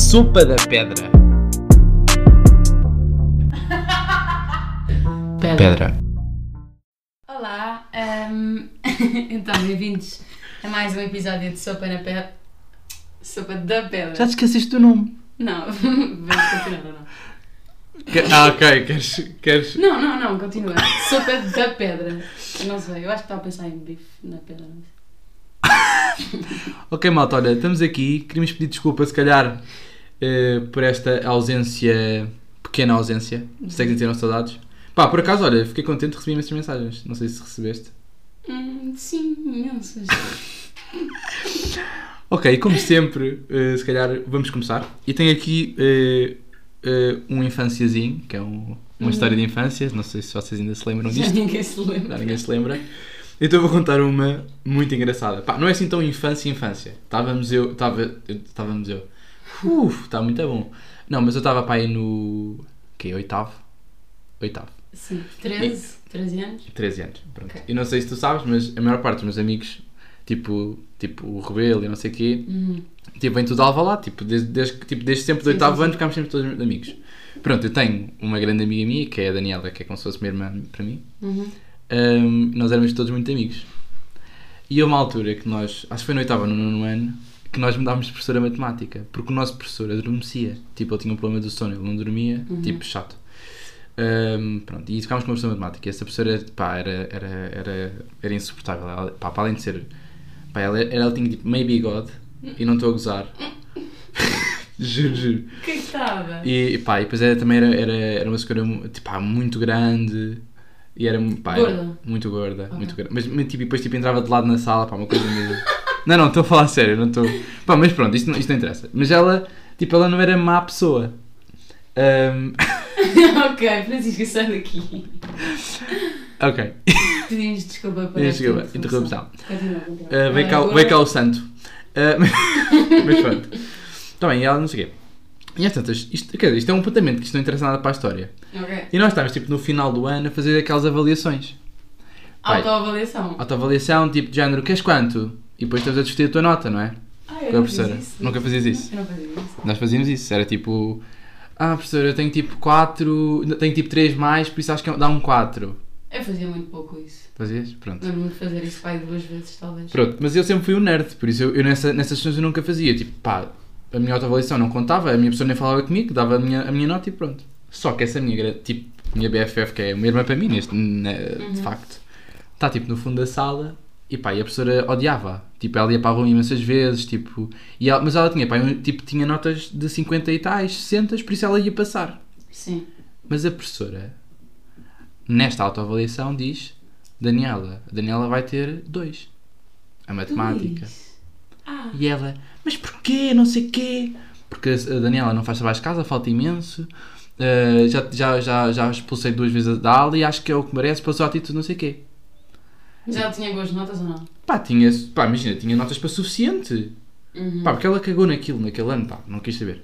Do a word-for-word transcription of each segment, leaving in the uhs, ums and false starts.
Sopa da pedra. Pedra. Pedra. Olá, um... então bem-vindos a mais um episódio de Sopa na Pedra. Sopa da Pedra. Já te esqueceste do nome? Não, vamos continuar ou não? Que... Ah, ok, queres, queres... Não, não, não, continua. Sopa da Pedra. Eu não sei, eu acho que estava a pensar em bife na pedra. Não sei. Ok, malta, olha, estamos aqui, queríamos pedir desculpa se calhar uh, por esta ausência, pequena ausência, se é que tiveram saudades. Pá, por acaso, olha, fiquei contente, recebi imensas mensagens, não sei se recebeste. Hum, sim, imensas. Ok, como sempre, uh, se calhar vamos começar. E tenho aqui uh, uh, um infanciazinho, que é um, uma Uhum. história de infância, não sei se vocês ainda se lembram Já disto. ninguém se lembra. Já ninguém se lembra. Então vou contar uma muito engraçada. Pá, não é assim tão infância, infância. Estávamos eu... Estava... Estávamos eu... Uf, está muito bom. Não, mas eu estava para aí no... quê? Oitavo? Oitavo. Sim, treze, treze anos. treze anos, pronto. Ok. E não sei se tu sabes, mas a maior parte dos meus amigos, tipo, tipo o Rebelo e não sei o quê, Uhum. tipo, vem tudo de Alvalade, tipo, desde, desde, tipo, desde sempre do Sim, oitavo sim, ano sim. ficámos sempre todos amigos. Pronto, eu tenho uma grande amiga minha, que é a Daniela, que é como se fosse minha irmã para mim. Uhum. Um, nós éramos todos muito amigos. E houve uma altura que nós, acho que foi no oitavo ou no nono ano, que nós mudámos de professora de matemática, porque o nosso professor adormecia. Tipo, ele tinha um problema do sono, ele não dormia, Uhum. tipo, chato. Um, pronto, e ficámos com uma professora de matemática. E essa professora, pá, era, era, era, era insuportável. Ela, pá, para além de ser, pá, ela, ela tinha tipo meio bigode, e não estou a gozar. Juro, juro. Coitada. E, pá, e depois era, também era, era, era uma senhora tipo, pá, muito grande. E era, pá, era Gorda? muito gorda, Ok. muito gorda. Mas mas, tipo, depois tipo, entrava de lado na sala, pá, uma coisa mesmo. Não, não, estou a falar sério, não estou... Pá, mas pronto, isto não, isto não interessa. Mas ela, tipo, ela não era má pessoa. Um... Ok, Francisco, sai daqui. ok. Pedimos desculpa para Pedimos esta desculpa, interrupção. Continua, continua. Uh, veio, cá, Agora- veio cá o santo. Uh, mas pronto. Está bem, e ela não sei o quê. E às tantas, isto, quer dizer, isto é um apontamento que isto não interessa nada para a história. Ok. E nós estávamos, tipo, no final do ano a fazer aquelas avaliações. Vai. Autoavaliação. Autoavaliação, tipo, de género, queres quanto? E depois estás a discutir a tua nota, não é? Ah, Com eu a não fiz professora. isso. Nunca fazias isso? Eu não fazia isso. Nós fazíamos isso. Era tipo... Ah, professora, eu tenho tipo quatro... Tenho tipo três mais, por isso acho que dá um quatro. Eu fazia muito pouco isso. Fazias? Pronto. Lembro-me de fazer isso pai duas vezes, talvez. Pronto, mas eu sempre fui um nerd, por isso eu, eu nessa, nessas sessões eu nunca fazia. Tipo, pá, a minha autoavaliação não contava, a minha professora nem falava comigo, dava a minha, a minha nota e pronto. Só que essa minha, gra- tipo, minha B F F, que é uma irmã para mim, neste, na- Uhum. de facto, está tipo no fundo da sala e pá, e a professora odiava. Tipo, ela ia para a rua imensas vezes, tipo... E ela, mas ela tinha, pá, um- tipo, tinha notas de cinquenta e tais, sessenta, por isso ela ia passar. Sim. Mas a professora, nesta autoavaliação, diz: Daniela, a Daniela vai ter dois. A matemática. Dois. Ah. E ela, mas porquê? Não sei quê. Porque a Daniela não faz trabalho de casa, falta imenso. Uh, já, já, já, já expulsei duas vezes da aula e acho que é o que merece, passou a atitude não sei quê. Mas ela tinha boas notas ou não? Pá, tinha, pá, imagina, tinha notas para suficiente. Uhum. Pá, porque ela cagou naquilo, naquele ano, pá, não quis saber.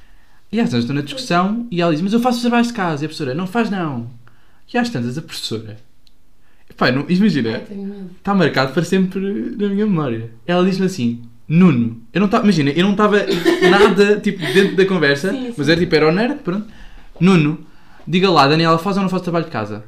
E às tantas estou na discussão e ela diz, mas eu faço os trabalhos de casa. E a professora, não faz não. E às tantas a professora, pá, não, imagina, Ai, tenho medo. está marcado para sempre na minha memória. Ela diz-me assim, Nuno, eu não tava, imagina, eu não estava nada tipo, dentro da conversa, Sim, sim. mas era tipo, era o nerd, pronto. Nuno, diga lá, Daniela, faz ou não faz o trabalho de casa?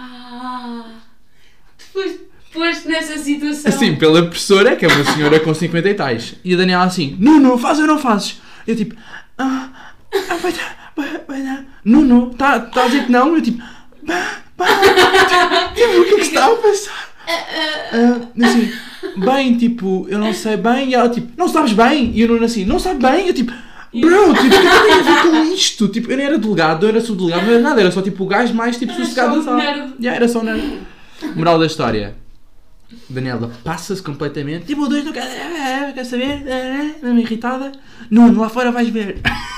Ah. Depois posto nessa situação. Assim, pela professora, que é uma senhora com cinquenta e tais. E a Daniela assim, Nuno, faz ou não fazes? Eu tipo, ah, ah vai dar, vai, vai dar. Nuno, está tá a dizer que não? Eu tipo, pá, pá, tipo, o que é que se está a passar? Ah, assim, bem, tipo, eu não sei bem. E ela tipo, não sabes bem? E o Nuno assim, não sabe bem? Eu tipo, bro, tipo, o que é que tem a ver com isto? Tipo, eu nem era delegado, eu era subdelegado, não era nada, era só tipo o gajo mais tipo Era sossegado só da um sala. nerd. Yeah, era só um nerd. Moral da história. Daniela passa-se completamente. Tipo, o dois não quer, quer saber, mesmo irritada. Nuno, lá fora vais ver.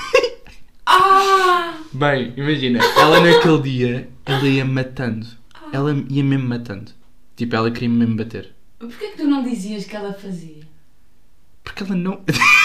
Ah! Bem, imagina, ela naquele dia, ela ia matando. Ela ia mesmo matando. Tipo, ela queria mesmo bater. Porquê que tu não dizias que ela fazia? Porque ela não...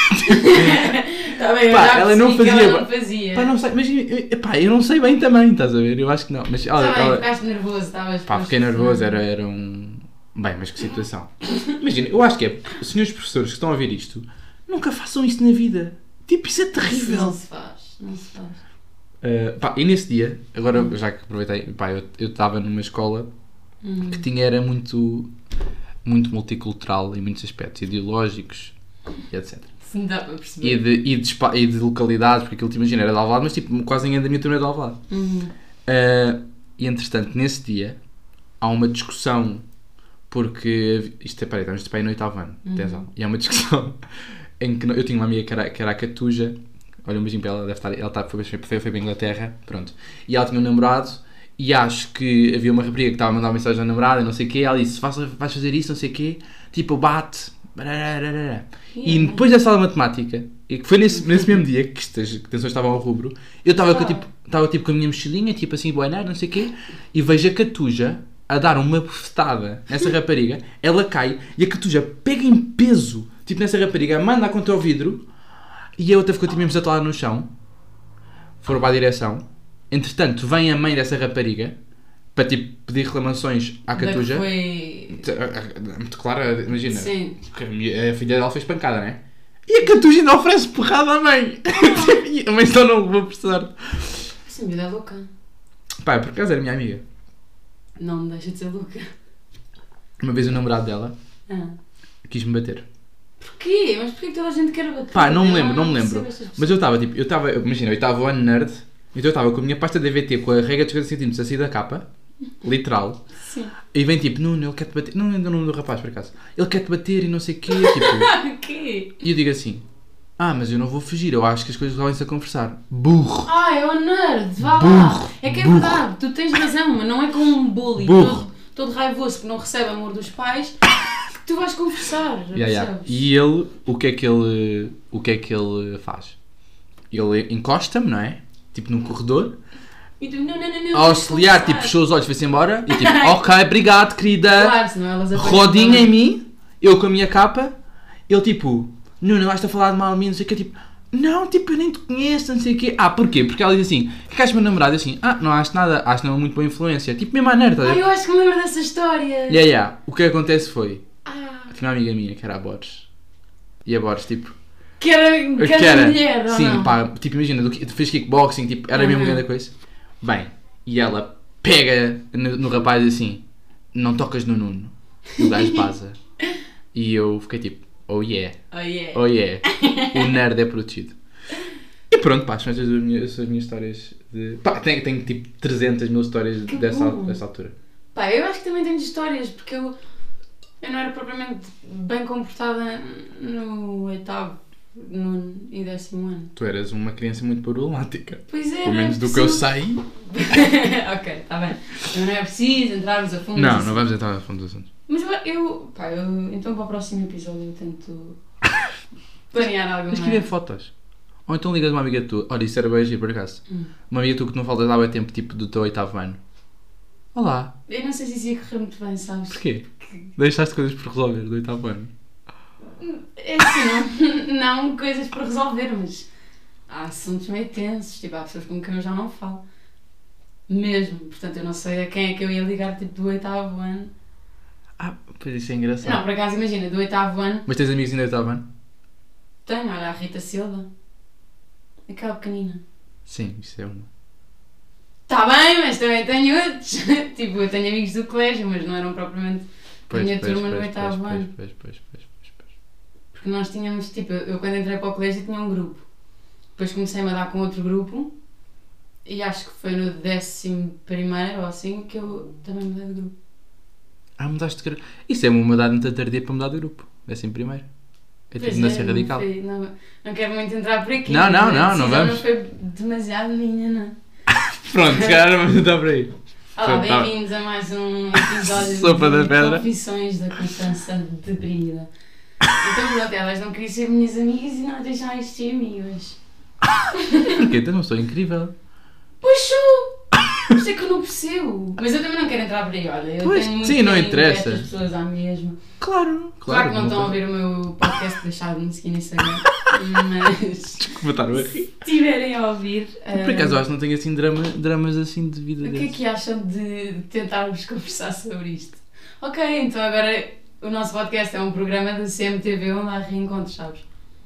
Tá bem, eu Pá, já ela não percebi que fazia- ela não fazia. Pá, não sei, mas eu, pá, eu não sei bem também, estás a ver? Eu acho que não. Mas ela, Tá bem, ela- ficaste nervoso, estavas... pá, fiquei nervoso, era, era um... Bem, mas que situação. Imagina, eu acho que é, senhores professores que estão a ver isto, nunca façam isto na vida. Tipo, isso é Isso terrível. não se faz, não se faz. Uh, pá, e nesse dia, agora já que aproveitei, pá, eu estava numa escola Hum. que tinha, era muito, muito multicultural em muitos aspectos, ideológicos e etcétera. Sim, dá para perceber. E de, e, de, espa- e de localidades, porque aquilo te imagina era de Alvalade, mas tipo, quase ninguém da minha turma é de Alvalade. Uhum. Uh, e entretanto, nesse dia, há uma discussão, porque, isto é, peraí, estamos para aí no oitavo ano, Uhum. atenção, e há uma discussão em que eu tinha uma amiga que era, que era a Catuja, olha um beijinho para ela, deve estar, ela está, foi, foi, foi para a Inglaterra, pronto, e ela tinha um namorado, e acho que havia uma rapariga que estava a mandar uma mensagem ao namorado, e não sei o quê, ela disse, vais fazer isso, não sei o quê, tipo, bate, barararara. E Yeah. depois dessa aula de matemática, e que foi nesse, nesse mesmo dia que estas tensões estavam ao rubro, eu estava com, tipo, estava, tipo, com a minha mochilinha, tipo assim, boa nerd, não sei o quê, e vejo a Catuja a dar uma bofetada nessa rapariga, ela cai, e a Catuja pega em peso, tipo, nessa rapariga, manda contra o vidro, e a outra ficou, tipo, mesmo atolada no chão, foram para a direção, entretanto, vem a mãe dessa rapariga, para, tipo, pedir reclamações à Catuja. Da que foi... Muito claro, imagina. Sim. Porque a, minha- a filha dela fez pancada, não é? E a Catuja ainda oferece porrada à mãe. E a mãe só não levou por sorte. Essa miúda é louca. Pá, por acaso era minha amiga. Não me deixa de ser louca. Uma vez o namorado dela Ah. quis-me bater. Porquê? Mas porquê que toda a gente quer bater? Pá, não me Eu lembro, não me percebo lembro. estas Mas eu estava, tipo, eu estava, imagina, eu estava ano nerd, então eu estava com a minha pasta de D V T com a regra de cinquenta centímetros a sair da capa, literal, Sim. e vem tipo, Nuno, ele quer-te bater, não lembro o nome do rapaz por acaso, ele quer-te bater e não sei o quê, tipo, Porquê? e eu digo assim, ah, mas eu não vou fugir, eu acho que as coisas resolvem-se a conversar. Burro! Ai, oh nerd, vá Burro, lá. É que é burro. verdade, tu tens razão, mas não é como um bully Burro. todo, todo raivoso que não recebe amor dos pais que tu vais conversar, Yeah, yeah. percebes? E ele, o que é que ele, o que é que ele faz? Ele encosta-me, não é? Tipo num corredor, E tu, não, não, não, não. a auxiliar, tipo, conversar. fechou os olhos, foi-se embora, e tipo, ok, obrigado, querida. Claro, senão elas apanham Rodinha em também. mim, eu com a minha capa, ele tipo, Nuno, vais-te a falar de mal de mim, não sei o quê, tipo, não, tipo, eu nem te conheço, não sei o quê. Ah, porquê? Porque ela diz assim, o que é que achas do meu namorado? Eu assim, ah, não acho nada, acho que não é muito boa influência. Tipo, mesmo à nerd, tá a Ai, ver? eu acho que me lembro dessa história. Yeah, yeah. O que acontece foi, Ah, tinha uma amiga minha que era a Borges, e a Borges, tipo, que era, que que era, era, mulher, ou sim, não? pá, tipo, imagina, do, que- tu fez kickboxing, tipo, era mesmo Uhum. grande coisa. Bem, e ela pega no, no rapaz assim, não tocas no Nuno, e o gajo passa. E eu fiquei tipo, oh yeah. Oh yeah. Oh yeah, o nerd é protegido. E pronto, pá, são estas as minhas, as minhas histórias de... Pá, tenho, tenho tipo trezentas mil histórias Que dessa, bom. dessa altura. Pá, eu acho que também tenho histórias, porque eu, eu não era propriamente bem comportada no oitavo, nono e décimo ano. Tu eras uma criança muito problemática. Pois é, Pelo menos do que eu sei. Ok, está bem. Então não é preciso entrarmos a fundo. Não, nisso. não vamos entrar a fundo do assunto. Mas eu, eu, pá, eu, então para o próximo episódio eu tento planear algo Tens que mais. ver fotos. Ou então ligas uma amiga tua. Olha, isso era bem giro, por acaso. Hum. Uma amiga tua que não falas há bem tempo, tipo do teu oitavo ano. Olá. Eu não sei se isso ia correr muito bem, sabes? Porquê? Deixaste coisas por resolver do oitavo ano. É assim, não, não coisas para resolver, mas há assuntos meio tensos, tipo, há pessoas com quem eu já não falo. Mesmo, portanto eu não sei a quem é que eu ia ligar tipo do oitavo ano. Ah, pois isso é engraçado. Não, por acaso imagina, do oitavo ano Mas tens amigos ainda do oitavo ano? tenho, olha, a Rita Silva. Aquela pequenina. Sim, isso é uma. Tá bem, mas também tenho outros. Tipo, eu tenho amigos do colégio, mas não eram propriamente a minha turma no oitavo ano. Pois, pois, pois, pois, pois. Porque nós tínhamos, tipo, eu quando entrei para o colégio tinha um grupo. Depois comecei-me a dar com outro grupo. E acho que foi no décimo primeiro ou assim que eu também mudei de grupo. Ah, mudaste de grupo. Isso é uma idade muito tardia para mudar de grupo. Décimo primeiro. É tipo Pois nascer não radical. foi- não, não quero muito entrar por aqui. Não, não, mas a não, não decisão vamos. Não foi demasiado minha, não. Pronto, se calhar não vamos entrar por aí. Olá, Pronto, tá. bem-vindos a mais um episódio Sopa de da pedra. Confissões da Constança de Brida. Então, pronto, elas não queriam ser minhas amigas e não deixaram de ser amigas. Porquê? Então não sou incrível. Pois sou! Por isso é que eu não percebo. Mas eu também não quero entrar por aí, olha. Eu Pois, tenho muito sim, não carinho interessa. por estas pessoas à mesma. Claro, Claro, que não estão a vou- ouvir o meu podcast, deixar de me seguir no Instagram. Mas Desculpa estar a rir. se estiverem a ouvir. Por acaso eu acho que não tenho assim drama, dramas assim de vida O que é desses. que acham de tentarmos conversar sobre isto? Ok, então agora o nosso podcast é um programa da C M T V onde há reencontros, sabes?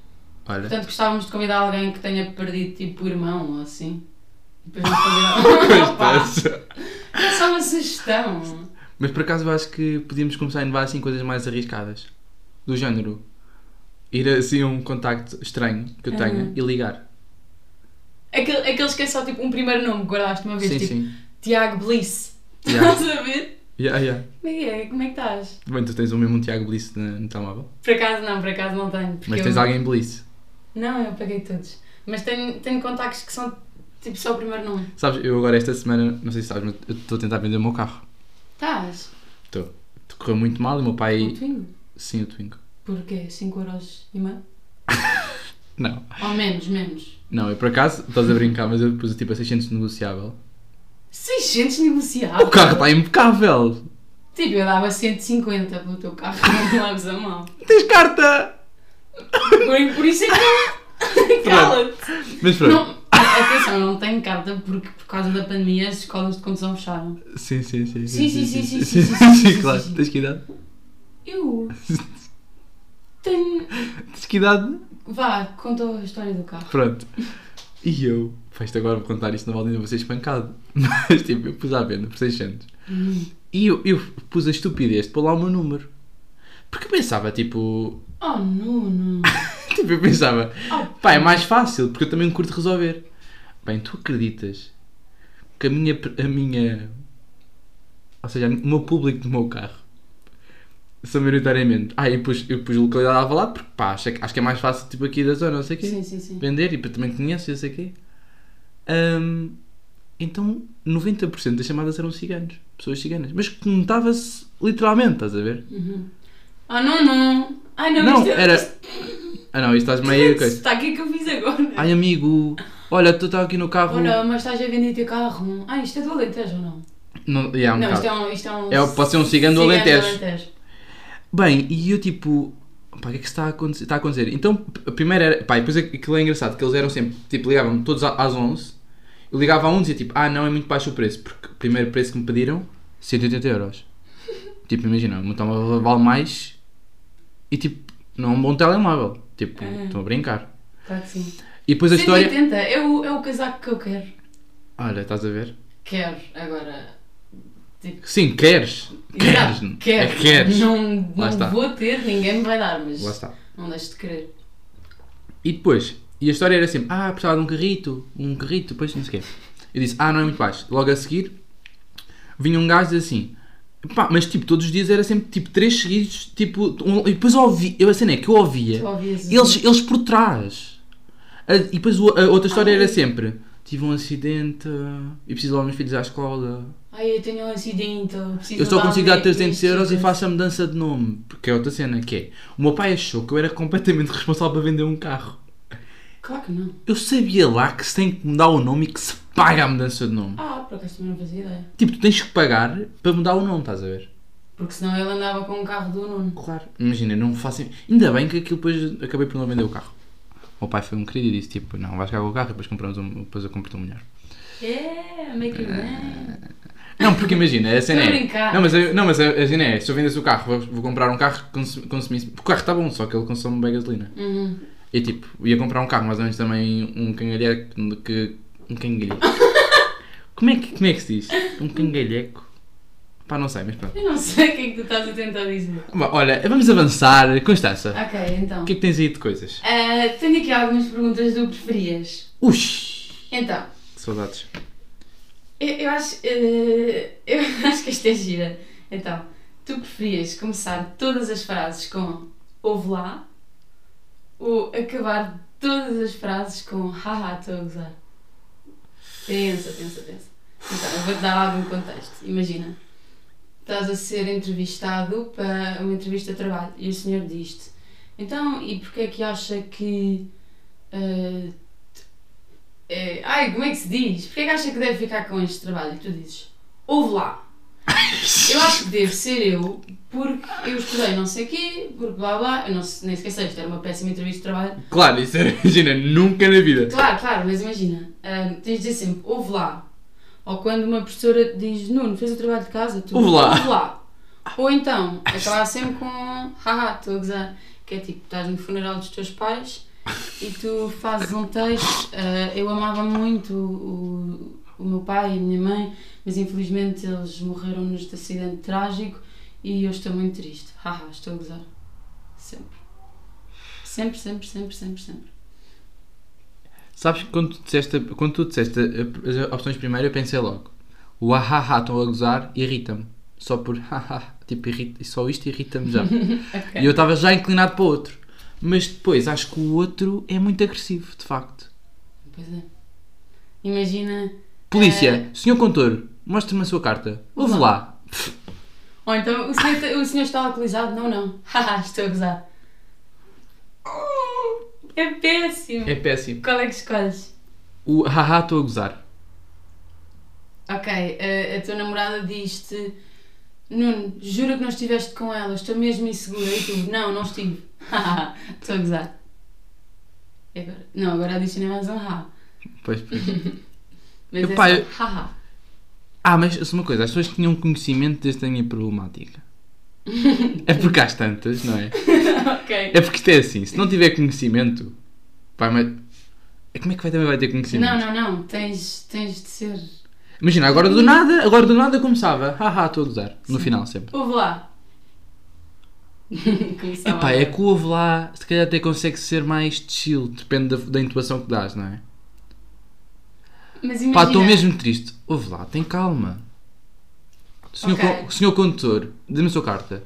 Olha. Portanto, gostávamos de convidar alguém que tenha perdido tipo o irmão ou assim. E depois nos convidar. Opa, é só uma sugestão. Mas por acaso eu acho que podíamos começar a inovar assim coisas mais arriscadas. Do género. Ir assim a um contacto estranho que eu tenha Uhum. e ligar. Aquele, aqueles que é só tipo um primeiro nome que guardaste uma vez, Sim, tipo sim. Tiago Bliss. Yeah. Estás a ver? Yeah, yeah. Como é que é? Como é que estás? Bem, tu tens o mesmo Tiago Bliss no, no telemóvel. Por acaso não, por acaso não tenho. porque Mas tens eu... alguém Bliss. Não, eu paguei todos. Mas tenho, tenho contactos que são tipo só o primeiro nome. Sabes, eu agora esta semana, não sei se sabes, mas eu estou a tentar vender o meu carro. Estás? Estou. Correu muito mal e o meu pai... O Twingo? Sim, o Twingo. Porquê? cinco euros e meio? Não. Ou menos, menos. Não, eu por acaso, estás a brincar, mas eu pus tipo a seiscentos negociável. seiscentos negociável? O carro está impecável! Tipo, eu dava cento e cinquenta pelo teu carro, não laves a mão. Tens carta! Por, por isso é que... Cala-te! Mas pronto. Não, atenção, eu não tenho carta porque por causa da pandemia as escolas de condução fecharam. Sim, sim, sim. Sim, sim, sim, sim, sim, sim, sim, sim, sim, claro. sim. Tens que idade? Eu tenho... Tens que idade? Vá, conta a história do carro. Pronto. E eu... Pá, isto agora vou contar isto na Valdina, vou ser espancado. Mas tipo, eu pus à venda por seiscentos. Hum. E eu, eu pus a estupidez de pôr lá o meu número. Porque eu pensava, tipo... Oh, Nuno. Tipo, eu pensava... Oh, Pá, é mais fácil, porque eu também curto resolver. Bem, tu acreditas que a minha... A minha ou seja, o meu público do meu carro são maioritariamente... Ah, e depois eu pus localidade a Alvalade, porque pá, acho, que- acho que é mais fácil, tipo, aqui da zona, não sei o quê. Sim, sim, sim. Vender, e também conheço, não sei o quê. Hum, então, noventa por cento das chamadas eram ciganos. Pessoas ciganas. Mas que notava-se literalmente, estás a ver? Uhum. Oh, Nuno. Ai, não, Não, isto é... era... isto- Ah não, isto estás meio coisa. Está aqui que eu fiz agora. Ai amigo, olha, tu estás aqui no carro... Olha, mas estás a vender o teu carro. Ah, isto é do Alentejo ou não? Não, yeah, um não, isto bocado. é um... Isto é um... É, pode ser um cigano do cigano Alentejo. Bem, e eu tipo... Pá, o que é que está a acontecer? Está a acontecer? Então, a primeira era... Pá, e depois aquilo é engraçado, que eles eram sempre... Tipo, ligavam-me todos às onze. Eu ligava a um e dizia tipo... Ah, não, é muito baixo o preço. Porque o primeiro preço que me pediram... cento e oitenta euros. Tipo, imagina, o meu telemóvel vale mais... E tipo... Não é um bom telemóvel. Tipo, Ah. estão a brincar. Claro que sim. E depois a história... cento e oitenta é o, é o casaco que eu quero. Olha, estás a ver? Quero, agora... Tipo, Sim, queres. Queres. exato, quero. É queres. Não, Lá não está. vou ter, ninguém me vai dar, mas Lá está. não deixes de querer. E depois, e a história era sempre, ah, precisava de um carrito, um carrito, depois não sei o quê. Eu disse, ah, não é muito baixo. Logo a seguir, vinha um gajo e disse assim, pá, mas tipo, todos os dias era sempre tipo três seguidos, tipo, um, e depois eu ouvi, eu, a cena é que eu ouvia, Tu ouvias eles, eles por trás. A- e depois o- a outra história Ai. era sempre, tive um acidente e preciso levar os meus filhos à escola. Ai, eu tenho um acidente, eu preciso Eu só levar consigo dar me- trezentos euros e me- faço a mudança de nome. Porque é outra cena, que é, o meu pai achou que eu era completamente responsável para vender um carro. Claro que não. Eu sabia lá que se tem que mudar o nome e que se paga a mudança de nome. Ah, por acaso também não fazia ideia. Tipo, tu tens que pagar para mudar o nome, estás a ver? Porque senão ele andava com um carro do Nuno. Claro. Imagina, não faço... Ainda bem que aquilo depois acabei por não vender o carro. O meu pai foi um querido e disse, tipo, não, vais ficar com o carro e depois compramos um... depois eu compro-te um melhor. É, making man. Não, porque imagina, a cena Estou a é... brincar. Não, mas, eu- não, mas a, a cena é, se eu vendesse o carro, vou, vou comprar um carro que consumi- consumisse... Porque o carro está bom, só que ele consome bem gasolina. Uhum. E tipo, ia comprar um carro mais ou menos também, um cangalheco que... Um cangalheco. Como é que, como é que se diz? Um cangalheco? Pá, não sei, mas pronto. Eu não sei o que é que tu estás a tentar dizer. Bom, olha, vamos avançar. Constança, Ok, então. o que é que tens aí de coisas? Ah, tenho aqui algumas perguntas do preferias. Ux! Então, Que saudades. eu, eu acho. eh, eu acho que esta é gira. Então, tu preferias começar todas as frases com ouve lá ou acabar todas as frases com haha, estou a gozar? Pensa, pensa, pensa. Então, eu vou-te dar algum contexto. Imagina, estás a ser entrevistado para uma entrevista de trabalho e o senhor diz-te: então, e porquê é que acha que. eh, eh, ai, como é que se diz? Porquê é que acha que deve ficar com este trabalho? E tu dizes: ouve lá. Eu acho que devo ser eu, porque eu estudei não sei o quê, porque blá blá. Eu não, sei- nem sequer sei, isto era uma péssima entrevista de trabalho. Claro, isso era, imagina, nunca na vida. Claro, claro, mas imagina, ah, tens de dizer sempre, ouve lá. Ou quando uma professora diz, Nuno, fez o trabalho de casa, tu Ouve lá. ouve lá. Ou então, acabar sempre com, haha, estou a gozar. Que é tipo, estás no funeral dos teus pais e tu fazes um texto. Uh, eu amava muito o, o, o meu pai e a minha mãe, mas infelizmente eles morreram neste acidente trágico e eu estou muito triste. Haha, estou a gozar. Sempre. Sempre, sempre, sempre, sempre, sempre. Sabes que quando tu disseste, quando tu disseste as opções primeiro, eu pensei logo. O ahaha, estão a gozar, irrita-me. Só por haha, tipo, irrita, só isto irrita-me já. Okay. E eu estava já inclinado para o outro. Mas depois acho que o outro é muito agressivo, de facto. Pois é. Imagina. Polícia, uh... senhor condutor, mostre-me a sua carta. Ouve lá. Ou então, o senhor, o senhor está alcoolizado? Não, não. Haha, estou a gozar. É péssimo. É péssimo. Qual é que escolhes? O haha, estou a gozar. Ok, a, a tua namorada diz-te: Nuno, jura que não estiveste com ela, estou mesmo insegura. E tu: não, não estive. Haha, estou a gozar. E agora? Não, agora adiciona mais um ha. Pois, pois. Mas eu, é pá, só, eu... haha. Ah, mas só uma coisa, as pessoas tinham conhecimento desta minha problemática. É porque há tantas, não é? Ok. É porque isto é assim, se não tiver conhecimento, pá, mas como é que vai, também vai ter conhecimento? Não, não, não, tens, tens de ser... Imagina, agora do nada, agora do nada começava, haha, estou a gozar, no Sim. final sempre. Ouve lá. Epá, é que o ouve lá, se calhar até consegue ser mais chill, depende da, da intuação que dás, não é? Mas imagina... Pá, estou mesmo triste. Ouve lá, tem calma. Senhor, Ok. co- senhor condutor, dê-me a sua carta.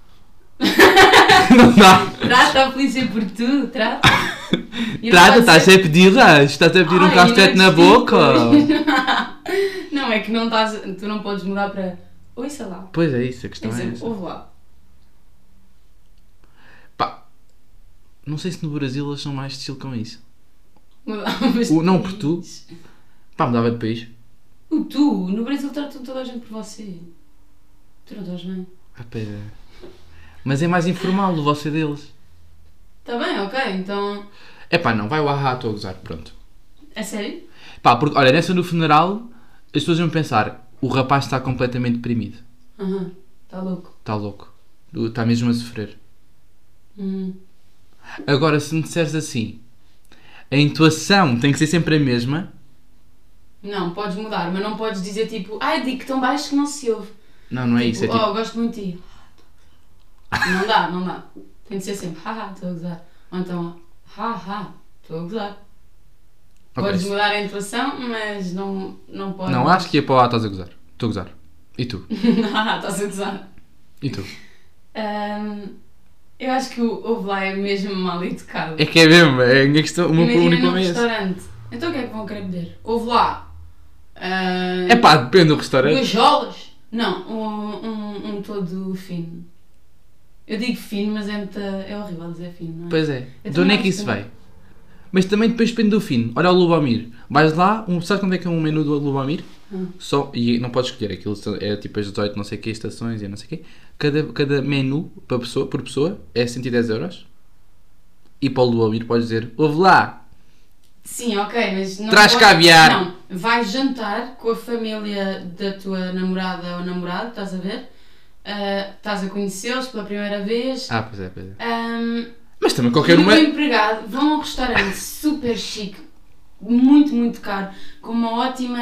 Não dá. Trata a polícia por tu, trata. E não Trata, pode estás ser- a pedir lanche, estás a pedir um Ai, castete não na te digo. boca. Não, é que não estás... Tu não podes mudar para... Oi, sei lá. Pois é isso, a Quer questão é dizer, essa. ouve lá. Pá, não sei se no Brasil eles são mais chill com isso. Mudavas O- de não, país. por tu. Pá, mudava de país. O tu, no Brasil tratam toda a gente por você. Tu não estás bem. Ah, pera. Mas é mais informal o você deles. Está bem, ok, então... É pá, não, vai o ahá, estou a gozar, pronto. É sério? Pá, porque, olha, nessa no funeral, as pessoas iam pensar, o rapaz está completamente deprimido. Aham, está louco. Está louco. Está mesmo a sofrer. Hum. Agora, se me disseres assim, a intuação tem que ser sempre a mesma. Não, podes mudar, mas não podes dizer tipo... Ai, digo tão baixo que não se ouve. Não, não é tipo, isso. É oh, tipo, eu gosto muito de ti. Não dá, não dá. Tem de ser sempre, haha, estou a gozar. Ou então, haha, estou a gozar. ok. Podes mudar a intuação, mas não, não podes... Não, acho que é para o ah, estás a gozar. Estou a gozar. E tu? Haha, estás a gozar. E tu? Ahm, eu acho que o ouve lá é mesmo mal educado. É que é mesmo, é a minha questão, o meu Imagina único num problema é esse. restaurante. Então o que é que vão querer beber? Ouve lá. Ahm, É pá, depende do restaurante. Gajolas? Não, um, um, um todo fino. Eu digo fino, mas é, muito, é horrível dizer fino, não é? Pois é. Eu De onde é também que isso gosto vai? Mas também depois depende do fino. Olha o Lubomir. Vais lá, um, sabes quando é que é um menu do Lubomir? Hum. Só, e não podes escolher, aquilo é tipo as dezoito não sei que estações e não sei o quê. Cada, cada menu para pessoa, por pessoa é cento e dez euros. E para o Lubomir podes dizer, ouve lá, Sim, ok, mas não Traz pode- caviar. Não, vais jantar com a família da tua namorada ou namorado, estás a ver? Ah, estás a conhecê-los pela primeira vez. ah, pois é, pois é. Ahm, Mas também e qualquer o uma. empregado vão a um restaurante super chique, muito, muito caro, com uma ótima.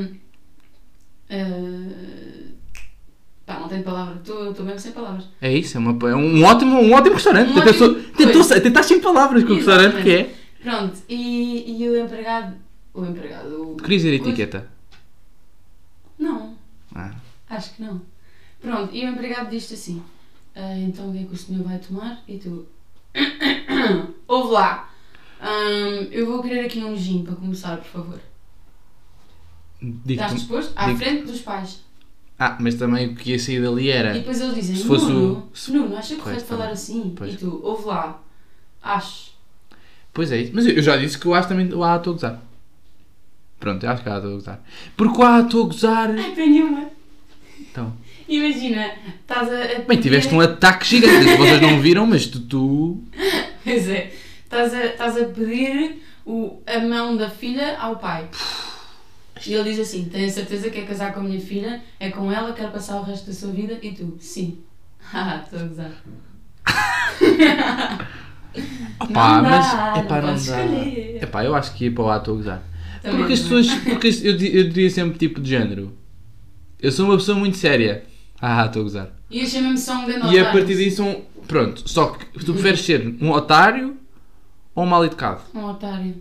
ah, pá, não tenho palavra, estou mesmo sem palavras. É isso, é, uma, é um, ótimo, um ótimo restaurante. Um A pessoa ótimo- tentou, pois. tentar sem palavras com o restaurante que é. Pronto, e, e o empregado. O empregado. O, Queria dizer o- etiqueta. Não. Ah. Acho que não. Pronto, e o empregado diz-te assim: "Ah, então o que é que o senhor vai tomar?" E tu: ouve lá, Ahm, eu vou querer aqui um gin para começar, por favor. Digo-te- Estás disposto? À digo- frente dos pais. Ah, mas também o que ia sair dali era. E depois eles dizem: Se fosse Nuno, o- se- Nuno, acha Pois, correto tá falar bem. assim? Pois. E tu: ouve lá, acho. Pois é isso. Mas eu eu já disse que eu acho também o A estou a gozar. Pronto, eu acho que o A estou a gozar. Porque o A estou a gozar. Ai, tenho uma. Então. Imagina, estás a. a Bem, pedir- tiveste um ataque gigante. Vocês não viram, mas tu. tu... Pois é, estás a, estás a pedir o, a mão da filha ao pai. E ele diz assim: tenho certeza que quer casar com a minha filha, é com ela, quer passar o resto da sua vida. E tu: sim. Haha, estou a gozar. Opá, não mas dá, epá, não não podes dá. escolher. Epá, eu acho que ia para o ato a gozar. Também Porque as não. pessoas. Porque as- eu, di- eu diria sempre tipo de género. Eu sou uma pessoa muito séria. Ah, estou a gozar. E achei mesmo só um grande E a otário. partir disso são. Pronto, só que tu preferes ser um otário ou um mal educado? Um otário.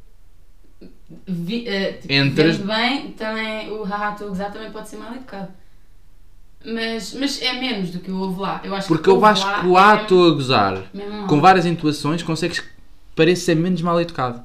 Vi, eh, tipo, Entre as- vendo bem, também o haha, estou a gozar também pode ser mal educado. Mas, mas é menos do que o ouve lá. Eu acho Porque que eu ouve acho lá que o é ato mesmo- a gozar mesmo mal. com várias intuações consegues parecer ser menos mal educado.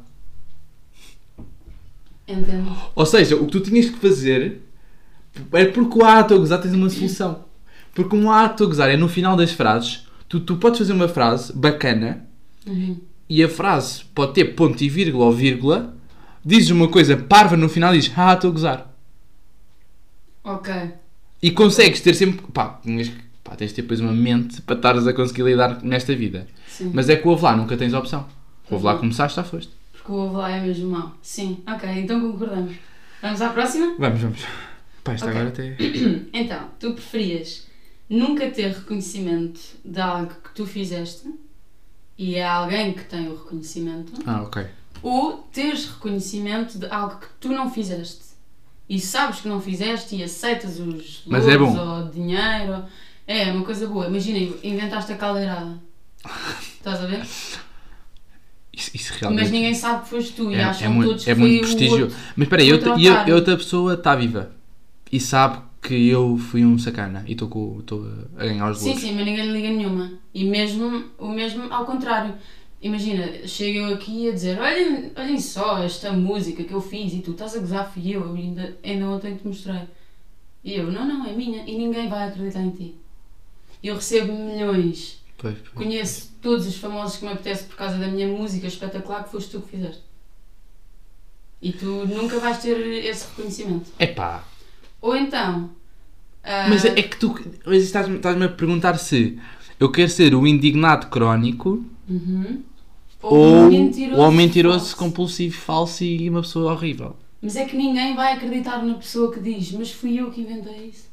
Entendo. Ou seja, o que tu tinhas que fazer é porque o ato a gozar tens uma solução. Porque um ato a gozar é no final das frases, tu, tu podes fazer uma frase bacana Uhum. e a frase pode ter ponto e vírgula ou vírgula, dizes uma coisa parva no final e dizes ah, estou a gozar. Ok. E consegues ter sempre. Pá, tinhas que- pá, tens de ter depois uma mente para estares a conseguir lidar nesta vida. Sim. Mas é que o ouve lá nunca tens opção. O ouve lá Uhum. começaste, já foste. Porque o ouve lá é mesmo mau. Sim. Ok, então concordamos. Vamos à próxima? Vamos, vamos. Pá, isto Ok. agora até. Então, tu preferias nunca ter reconhecimento de algo que tu fizeste e é alguém que tem o reconhecimento, Ah, ok. ou teres reconhecimento de algo que tu não fizeste e sabes que não fizeste e aceitas os Mas é louros bom. ou dinheiro. É, uma coisa boa. Imagina, inventaste a caldeirada. Estás a ver? Isso, isso realmente. Mas ninguém sabe que foste tu e é, acham é muito, todos é que muito foi o prestígio. outro. Mas espera aí, outro outra, e eu- otário. outra pessoa está viva e sabe que eu fui um sacana e estou com- estou a ganhar os Sim, louros. sim, mas ninguém lhe liga nenhuma. E mesmo, o mesmo ao contrário. Imagina, chego eu aqui a dizer, olhem, olhem só esta música que eu fiz e tu estás a gozar, fui eu, eu ainda, ainda ontem te mostrei. E eu, não, não, é minha e ninguém vai acreditar em ti. Eu recebo milhões, Pois, pois. conheço todos os famosos que me apetece por causa da minha música espetacular que foste tu que fizeste. E tu nunca vais ter esse reconhecimento. Epá, Ou então... ah, mas é é que tu mas estás-me estás-me a perguntar se eu quero ser o indignado crónico uhum. ou, um mentiroso ou o mentiroso falso. compulsivo, falso e uma pessoa horrível. Mas é que ninguém vai acreditar na pessoa que diz, mas fui eu que inventei isso.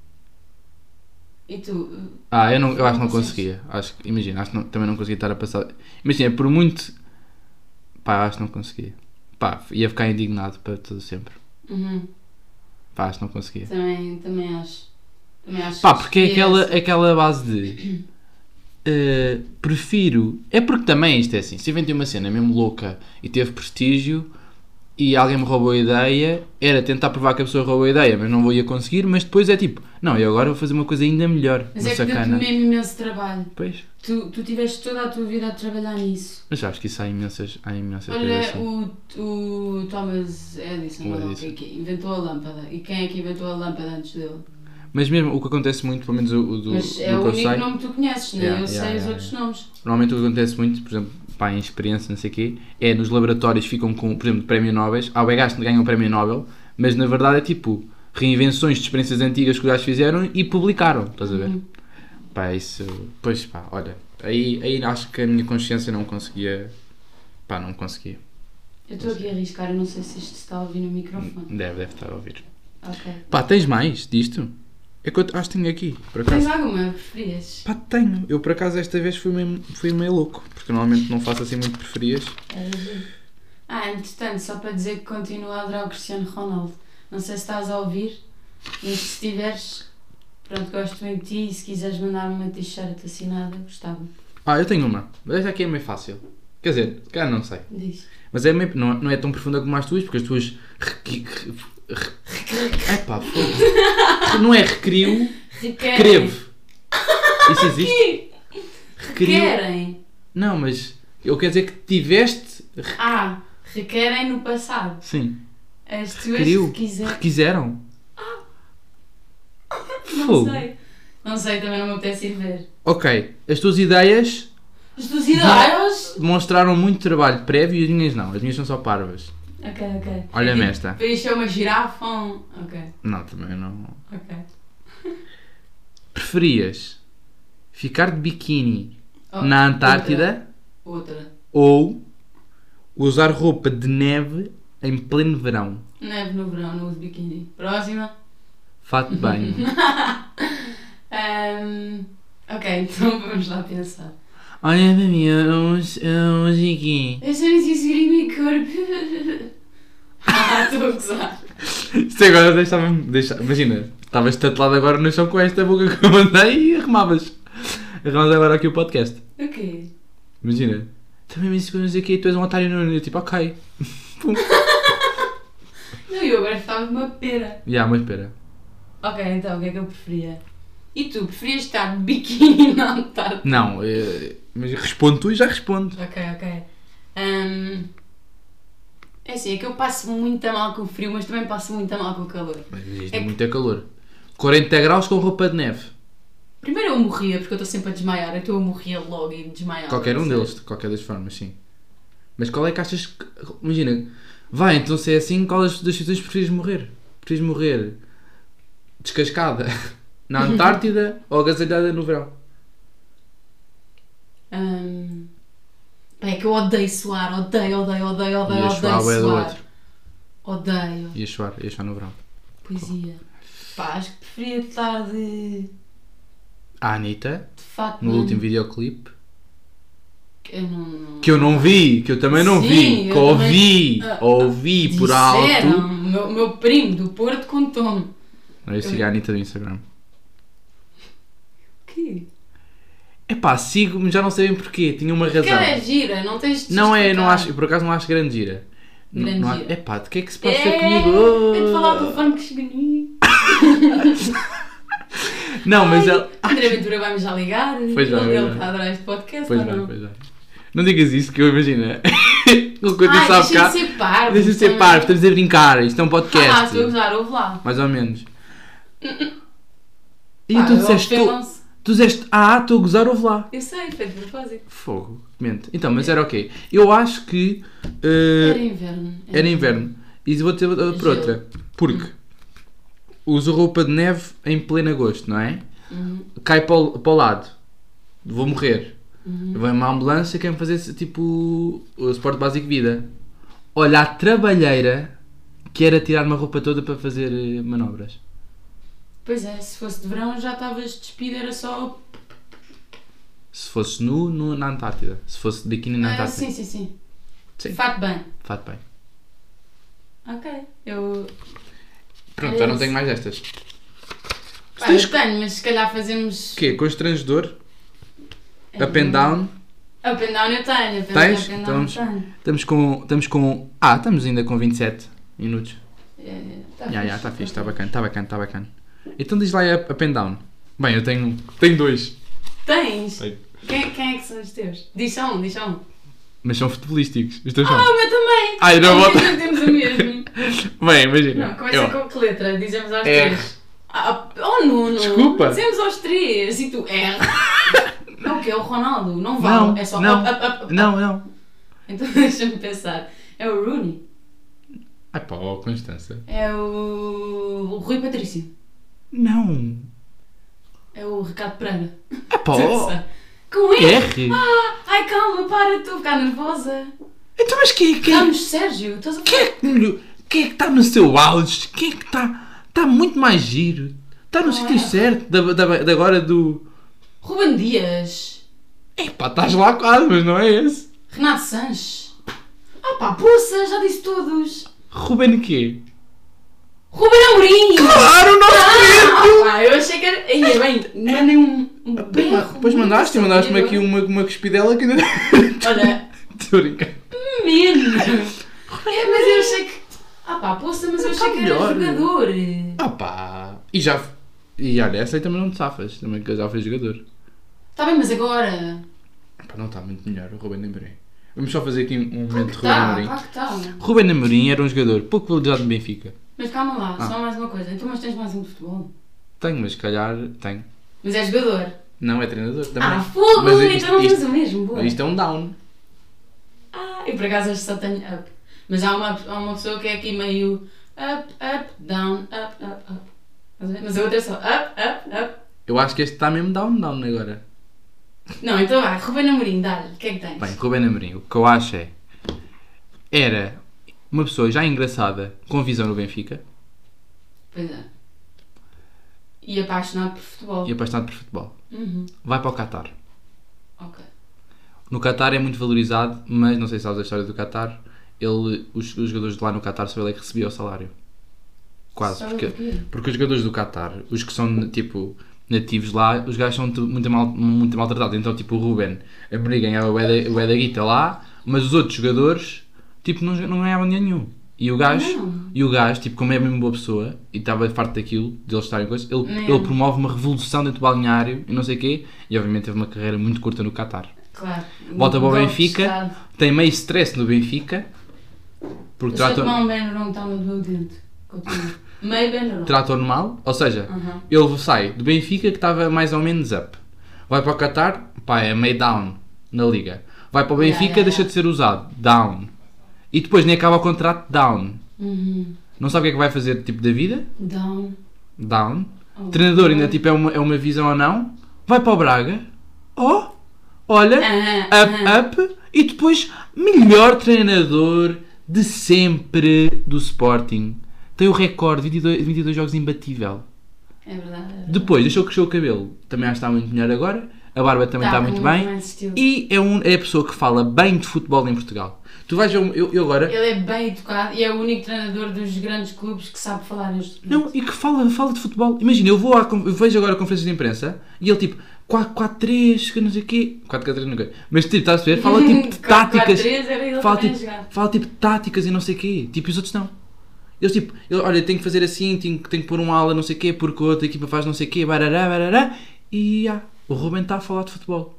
E tu? Ah, eu, não, eu acho que não Não consegues. conseguia. Acho, que- imagina, acho que não- também não conseguia estar a passar. Imagina, por muito. Pá, acho que não conseguia. Pá, ia ficar indignado para todo sempre. Uhum. Pá, acho que não conseguia. Também, também acho. Também acho Pá, porque é que aquela, essa. aquela base de. eh, prefiro. É porque também isto é assim. Se inventei uma cena mesmo louca e teve prestígio e alguém me roubou a ideia, era tentar provar que a pessoa roubou a ideia, mas não vou ia conseguir. Mas depois é tipo, não, eu agora vou fazer uma coisa ainda melhor. Mas uma é que deu-te sacana. mesmo imenso trabalho. Pois. Tu, tu tiveste toda a tua vida a trabalhar nisso. Mas acho que isso há imensas, há imensas coisas Olha, assim. o, o Thomas Edison, O ou lá o Edison. que é que é, inventou a lâmpada. E quem é que inventou a lâmpada antes dele? Mas mesmo o que acontece muito, pelo menos o, o do, Mas do é o que eu único sei, nome que tu conheces, não é? Yeah, Eu sei yeah, os yeah, outros nomes. normalmente o que acontece muito, por exemplo, pá, em experiência, não sei o quê, é nos laboratórios ficam com, por exemplo, prémio Nobel, há o gajo que ganha o prémio Nobel, mas na verdade é tipo reinvenções de experiências antigas que os gajos fizeram e publicaram, estás a ver? Uhum. Pá, isso, pois pá, olha, aí, aí acho que a minha consciência não conseguia, pá, não conseguia. Eu estou aqui a arriscar, eu não sei se isto se está a ouvir no microfone. Deve, deve estar a ouvir. Ok. Pá, tens mais disto? É que eu acho que tenho aqui, por acaso. Tens alguma? Preferias? Pá, tenho. Eu por acaso esta vez fui meio, fui meio louco, porque normalmente não faço assim muito preferias. Era giro. Ah, entretanto, só para dizer que continuo a adorar o Cristiano Ronaldo. Não sei se estás a ouvir, mas se estiveres, pronto, gosto muito de ti e se quiseres mandar-me uma t-shirt assinada, gostava. Ah, eu tenho uma. Mas esta aqui é meio fácil. Quer dizer, se calhar não sei. Diz. Mas é meio, não, não é tão profunda como as tuas, porque as tuas. requi- re- re- Epá, foda-se. Não é recrio, Requerem. recrevo. Isso existe? Recrio. Requerem. Não, mas eu quero dizer que tiveste. re- Ah, requerem no passado. Sim. As tuas Recrio. requiser... Requiseram. Não Fogo. sei. Não sei, também não me apetece ir ver. Ok, as tuas ideias As tuas ideias? demonstraram muito trabalho prévio e as minhas não. As minhas são só parvas. Ok, ok. Olha-me É tipo, esta. Preencher uma girafa. um- Ok, Não, também não. ok. Preferias ficar de biquíni Oh, na Antártida Outra. outra. ou usar roupa de neve em pleno verão? Neve no verão, não uso biquíni. Próxima. Fato de banho. Ahm, ok, então vamos lá pensar. Olha para mim, uns, uns aqui. Deixa-me seguir em meu corpo. Ah, estou a gozar. Isto agora deixava-me. Deixa, imagina, estavas tatuado agora no chão com esta boca que eu mandei e arrumavas. Arrumas agora aqui o podcast. O quê? Imagina, também me seguras aqui, tu és um otário no. Eu tipo, ok. Não, eu agora estava de uma pera. Já, mas espera. Ok, então, o que é que eu preferia? E tu, preferias estar de biquíni na Antártida? Não, é, mas respondo tu e já respondo. Ok, ok. Hum, é assim, é que eu passo muito a mal com o frio, mas também passo muito a mal com o calor. Mas isto É é que- muito calor. quarenta graus com roupa de neve. Primeiro eu morria, porque eu estou sempre a desmaiar, então eu morria logo e desmaiava. Qualquer um Não sei. deles, de qualquer das formas, sim. Mas qual é que achas que. Imagina, vai, então se é assim, qual das das situações preferes morrer? Preferes morrer descascada na Antártida ou agasalhada no verão? Hum, pá, é que eu odeio suar, odeio, odeio, odeio, odeio, Ias odeio suar, bué do suar. outro. Odeio. Ia suar, ia suar no verão. Poesia. Pá, acho que preferia estar de, A Anitta, de fato. no mano. último videoclipe, Eu não. não- que eu não vi, que eu também não Sim, vi, eu que ouvi, também- Ah, ouvi por Disseram, alto. O meu, o meu primo do Porto contou-me. Eu sigo a Anitta do Instagram. Que? Epá, sigo-me, já não sei bem porquê, tinha uma razão. Que ela é gira, não tens de Não é, não justificar. acho, eu por acaso não acho grande gira. Não- Grande não há- gira. Epá, de que é que se passa É, comigo? é de falar do telefone que chega em mim. Não, mas Ai, ela. André Ventura vai-me já ligar. Pois vai, ele pois ele vai. está a adorar este podcast Pois ou vai, não? pois vai. Não digas isso que eu imagino. O que eu disse Ai, há deixa de bocado. ser parvo. Deixa de ser também. parvo, estamos a brincar. Isto é um Ah, podcast. estou a usar, ouve lá. Mais ou menos. E Pá, tu eu disseste. Tu, ofendam-se. tu disseste. Ah, estou a gozar, ouve lá. Eu sei, foi de propósito. Fogo. Mente. Então, mas era ok. Eu acho que. eh, Era inverno. Era inverno. E vou ter outra por outra. Porque uso roupa de neve em pleno agosto, não é? Uhum, Cai para o, para o lado. Vou morrer. uhum. Vem uma ambulância e quer-me fazer tipo o suporte básico de vida. Olha a trabalheira que era tirar uma roupa toda para fazer eh, manobras. Pois é, se fosse de verão já estavas despido, era só. Se fosse nu, nu na Antártida. Se fosse de biquíni na Ah, Antártida. sim, sim, sim. Sim. Fato bem. Fato bem. Ok. Eu. Pronto, É já não isso. tenho mais destas. Pá, tens- eu tenho, mas se calhar fazemos. O quê? Constrangedor? É, Up and down? Up and down eu tenho. Up and Tens? Up and Então down vamos- tenho. Estamos com. Estamos com. Ah, estamos ainda com vinte e sete minutos. É, tá Já, já, está tá fixe, está bacana, está bacana, está bacana. Então diz lá up, up and down. Bem, eu tenho. Tenho dois. Tens? Tenho. Quem, quem é que são os teus? Diz só um, diz só um. Mas são futebolísticos. Os teus Ah, são. o meu também! Ai, não Ao vou- mesmo tempo temos o mesmo. Bem, imagina. Não, começa eu- com que letra? Dizemos aos R. três. Ah, oh, Nuno! Desculpa. Dizemos aos três. E tu, R. É o quê? É o Ronaldo? Não vale. Não, é só não, up, up, up, up. Não, não. Então deixa-me pensar. É o Rooney. Ai pá, ó, Constança. É o... o Rui Patrício. Não. É o Ricardo Pereira. Ai pá, ó. Com R. R? Ah, ai, calma, para, estou a ficar nervosa. Então, mas quem é que é? Vamos, Sérgio. Estás a Quem é que quem é que está no seu auge? Quem é que está? Está muito mais giro. Está no Não sítio é? certo. Da, da, da agora do. Ruben Dias. Epá, estás lá quase, mas não é esse. Renato Sanches. Ah pá, poça, já disse todos. Ruben quê? Ruben Amorim. Claro, não Ah, pá, eu achei que era... Aí, bem, mandei um, um berro. Depois mandaste e muito mandaste-me aqui assustador. uma, uma cuspidela que ainda. Olha, Estou a brincar. menino. É, mas eu achei que... Ah pá, poça, mas eu achei Tá que era melhor. jogador. Ah pá. E já. E olha, essa aí também não te safas. Também que já foi jogador. Está bem, mas agora... Pá, não está muito melhor o Ruben Amorim. Vamos só fazer aqui um Claro momento que de Ruben está, Amorim. claro que está. Ruben Amorim era um jogador pouco valorizado no Benfica. Mas calma lá, Ah. só mais uma coisa. Então, mas tens mais um de futebol? Tenho, mas se calhar tenho. Mas é jogador. Não é treinador também. Ah, fogo! Mas Então isto- não tens isto- o mesmo, boa. Isto é um down. Ah, eu por acaso acho que só tenho up. Mas há uma, há uma pessoa que é aqui meio up, up, down, up, up, up. Estás a ver? Mas a outra é só up, up, up. Eu acho que este está mesmo down, down agora. Não, então vai, Ruben Amorim, dá-lhe. O que é que tens? Bem, Ruben Amorim, o que eu acho é... Era uma pessoa já engraçada, com visão no Benfica, Pois é. E apaixonado por futebol. e apaixonado por futebol. Uhum. Vai para o Qatar. Ok. No Qatar é muito valorizado, mas não sei se sabes a história do Qatar. Ele, os, os jogadores de lá no Qatar só ele é que recebia o salário. Quase. Sabe Porque, o quê? porque os jogadores do Qatar, os que são tipo nativos lá, os gajos são tu- muito, mal, muito maltratados. Então, tipo, o Ruben Amorim ganhava o Eda, o Eda Guita lá, mas os outros jogadores, tipo, não, não ganhavam dinheiro nenhum. E o gajo, Não. e o gajo, tipo, como é mesmo boa pessoa e estava farto daquilo, de eles estarem coisas, ele, Não. ele promove uma revolução dentro do balneário e não sei o quê, e obviamente teve uma carreira muito curta no Qatar. Claro. Volta para o Golpe de Benfica, Estado. tem meio stress no Benfica, porque Deixa eu tratam- tomar um Benuron que está no meu dente. Continua. Meio Benuron. tratam-no mal, ou seja, Uhum. ele sai do Benfica que estava mais ou menos up, vai para o Qatar, pá, é meio down na liga, vai para o Benfica, Yeah, yeah, deixa yeah. de ser usado, down, e depois nem acaba o contrato, down. Uhum. Não sabe o que é que vai fazer tipo da vida, Down. down. Oh, Treinador ainda oh. tipo é uma, é uma visão ou não, vai para o Braga, oh, olha, Ah, up, ah. up, e depois melhor treinador de sempre do Sporting. Tem o recorde, vinte e dois, vinte e dois jogos imbatível. É verdade. É verdade. Depois, deixou crescer o cabelo, também acho que está muito melhor agora, a barba também Tá está com muito muito bem, mais estilo. e é, um, é a pessoa que fala bem de futebol em Portugal. Tu vais ver, um- eu, eu agora... Ele é bem educado e é o único treinador dos grandes clubes que sabe falar neste momento. Não, e que fala, fala de futebol. Imagina, eu vou à, con- eu vejo agora a conferência de imprensa e ele tipo quatro quatro três, que não sei o quê. quatro quatro três não sei. Mas tipo, estás a ver? Fala tipo de táticas. quatro três era ele Fala também tipo, a jogar. fala tipo de táticas e não sei o quê. Tipo, e os outros não. Eles tipo, ele, olha, tenho que fazer assim, tenho, tenho que pôr um ala não sei o quê, porque a outra equipa faz não sei o quê, barará, barará. E ah, o Ruben está a falar de futebol.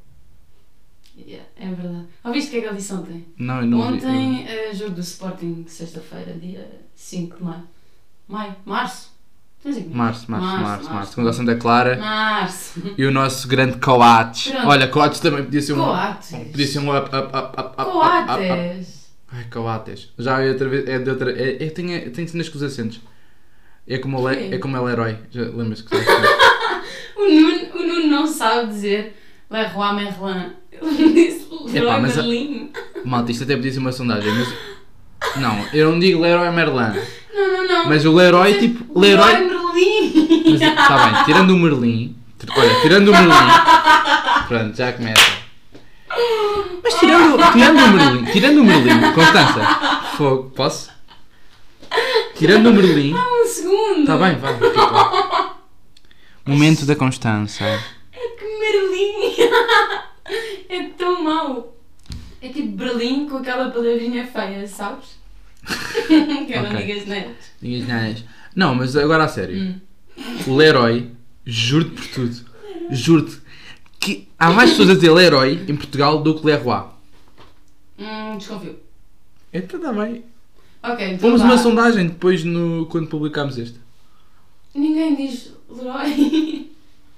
Yeah, é verdade. Ouviste o que é que ele disse ontem? Não, eu não ouvi. Ontem, eh, jogo do Sporting, sexta-feira, dia cinco de maio. Maio? Março? Tens aqui? Março, março, março, março. março. Com a Santa Clara Março. e o nosso grande Coates. Pronto. Olha, Coates também podia ser um. Coates. Podia ser um up, up, up, up, up, up, up, up. Coates. Ai, Coates. Já é outra vez. É de outra. É, é, tem, é, tem cenas com os acentos. É como o, Le, Quê? é como o Leroy. Já lembras que O Nuno, o Nuno não sabe dizer Leroy Merlin. Ele disse Epá, Leroy mas a- Merlin. Malta, isto até podia ser uma sondagem, mas. Não, eu não digo Leroy Merlin. Não, não, não. Mas o Leroy, tipo. Leroy. Merlin. Mas está bem, tirando o Merlin. Olha, tirando o Merlin. Pronto, já começa. Mas tirando, tirando o Merlin. Tirando o Merlin, Constança. Fogo, posso? Tirando o Merlin. Um segundo. Está bem, vá. Fica. Momento da Constança. É que Merlin. É tão mau. É tipo Berlim com aquela palavrinha feia, sabes? Que eu não Ok. digo as neiras. Ninguém nada. Não, mas agora a sério. Hum. O Leroy, juro-te por tudo. Juro-te que há mais pessoas a dizer Leroy em Portugal do que Leroy. Hum, desconfio. Então está bem. Ok, então Vamos vá. uma sondagem depois no, quando publicarmos este. Ninguém diz Leroy.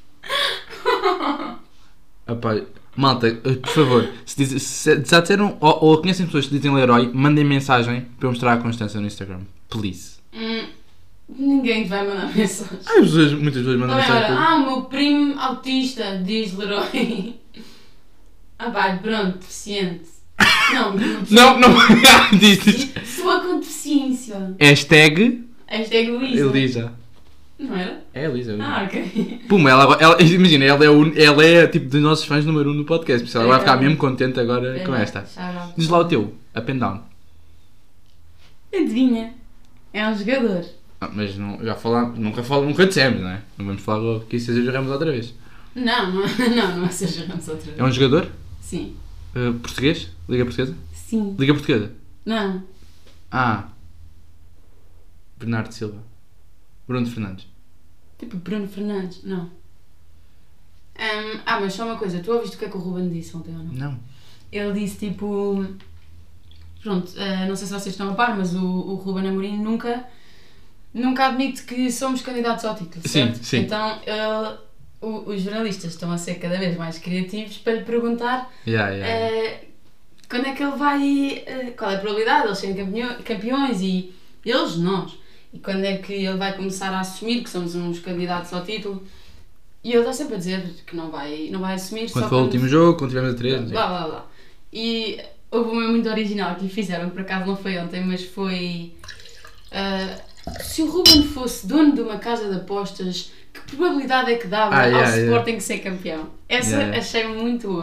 Epá, malta, eh, por favor, se, diz, se já disseram ou, ou conhecem pessoas que dizem Leroy, mandem mensagem para eu mostrar a Constância no Instagram. Please. Hum, ninguém te vai mandar mensagem. Ai, pessoas, muitas pessoas mandam Também, olha, mensagem. ah, o meu primo autista diz Leroy. Ah pá, pronto, deficiente. Não, Não, não, diz, diz. Sua com deficiência. Hashtag Hashtag Luísa. Elisa. Não era? É Elisa. Ah, ok. Puma, ela, ela, imagina, ela é, o, ela é tipo dos nossos fãs número um do podcast, por isso ela vai ficar mesmo contente agora com esta. Shout Diz lá o teu, up and down. Adivinha? É um jogador. Ah, mas não, já falámos, nunca, fal, nunca dissemos, não é? Não vamos falar logo que isso seja Ramos outra vez. Não, não, não, não é seja Ramos outra vez. É um jogador? Sim. Uh, português? Liga Portuguesa? Sim. Liga Portuguesa? Não. Ah. Bernardo Silva. Bruno Fernandes. Tipo Bruno Fernandes. Não. Ahm, ah, mas só uma coisa. Tu ouviste o que é que o Ruben disse ontem ou não? Não. Ele disse tipo... Pronto, eh, não sei se vocês estão a par, mas o, o Ruben Amorim nunca, nunca admite que somos candidatos ao título, Sim, certo? sim. Então ele, o- os jornalistas estão a ser cada vez mais criativos para lhe perguntar Yeah, yeah. eh, quando é que ele vai... eh, qual é a probabilidade de eles serem campeão- campeões e eles, nós. E quando é que ele vai começar a assumir que somos uns candidatos ao título. E ele está sempre a dizer que não vai, não vai assumir. Quando só foi o quando- último jogo, quando tivemos a três. Blá blá blá. E houve uma muito original que lhe fizeram, por acaso não foi ontem, mas foi. ah, se o Ruben fosse dono de uma casa de apostas, que probabilidade é que dava Ah, ao yeah, yeah. Sporting ser campeão? Essa Yeah, yeah. achei muito boa.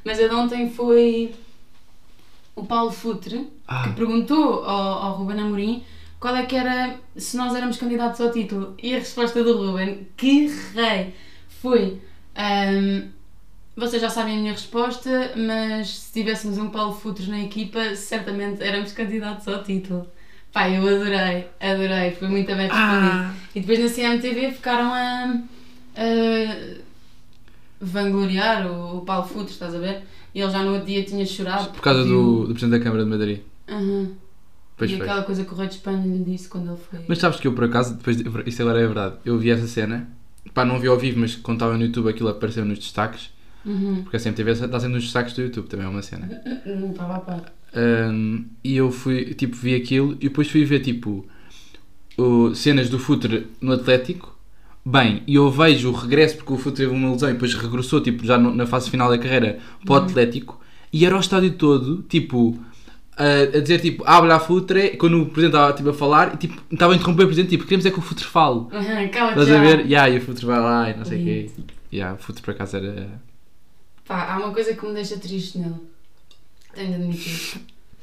Mas a de ontem foi o Paulo Futre, Ah. que perguntou ao, ao Ruben Amorim qual é que era, se nós éramos candidatos ao título. E a resposta do Ruben, que rei, foi... Um, vocês já sabem a minha resposta, mas se tivéssemos um Paulo Futre na equipa, certamente éramos candidatos ao título. Pá, eu adorei, adorei, foi muito bem respondido. Ah. E depois na C M T V ficaram a, a vangloriar o, o Paulo Futre, estás a ver? E ele já no outro dia tinha chorado. Por causa do, do Presidente da Câmara de Madrid. Uhum. Pois E foi. aquela coisa que o Rei de Espanha lhe disse quando ele foi. Mas sabes que eu por acaso, depois, de- isto agora é verdade, eu vi essa cena, pá, não vi ao vivo, mas quando estava no YouTube aquilo apareceu nos destaques, Uhum. porque a C M T V está sempre nos destaques do YouTube, também é uma cena. Não estava a par. Um, e eu fui, tipo, vi aquilo e depois fui ver, tipo, o, cenas do Futre no Atlético. Bem, e eu vejo o regresso, porque o Futre teve uma lesão e depois regressou, tipo, já no- na fase final da carreira para o Atlético, e era o estádio todo, tipo, a, a dizer, tipo, habla Futre, quando o Presidente estava, tipo, a falar, e, tipo, estava a interromper o Presidente, tipo, queremos é que o Futre fale. Uhum, cala Estás já. a ver? Yeah, e o Futre vai lá e não sei o quê. Lindo. Yeah, o Futre por acaso era... Pá, há uma coisa que me deixa triste nele. Tenho de admitir.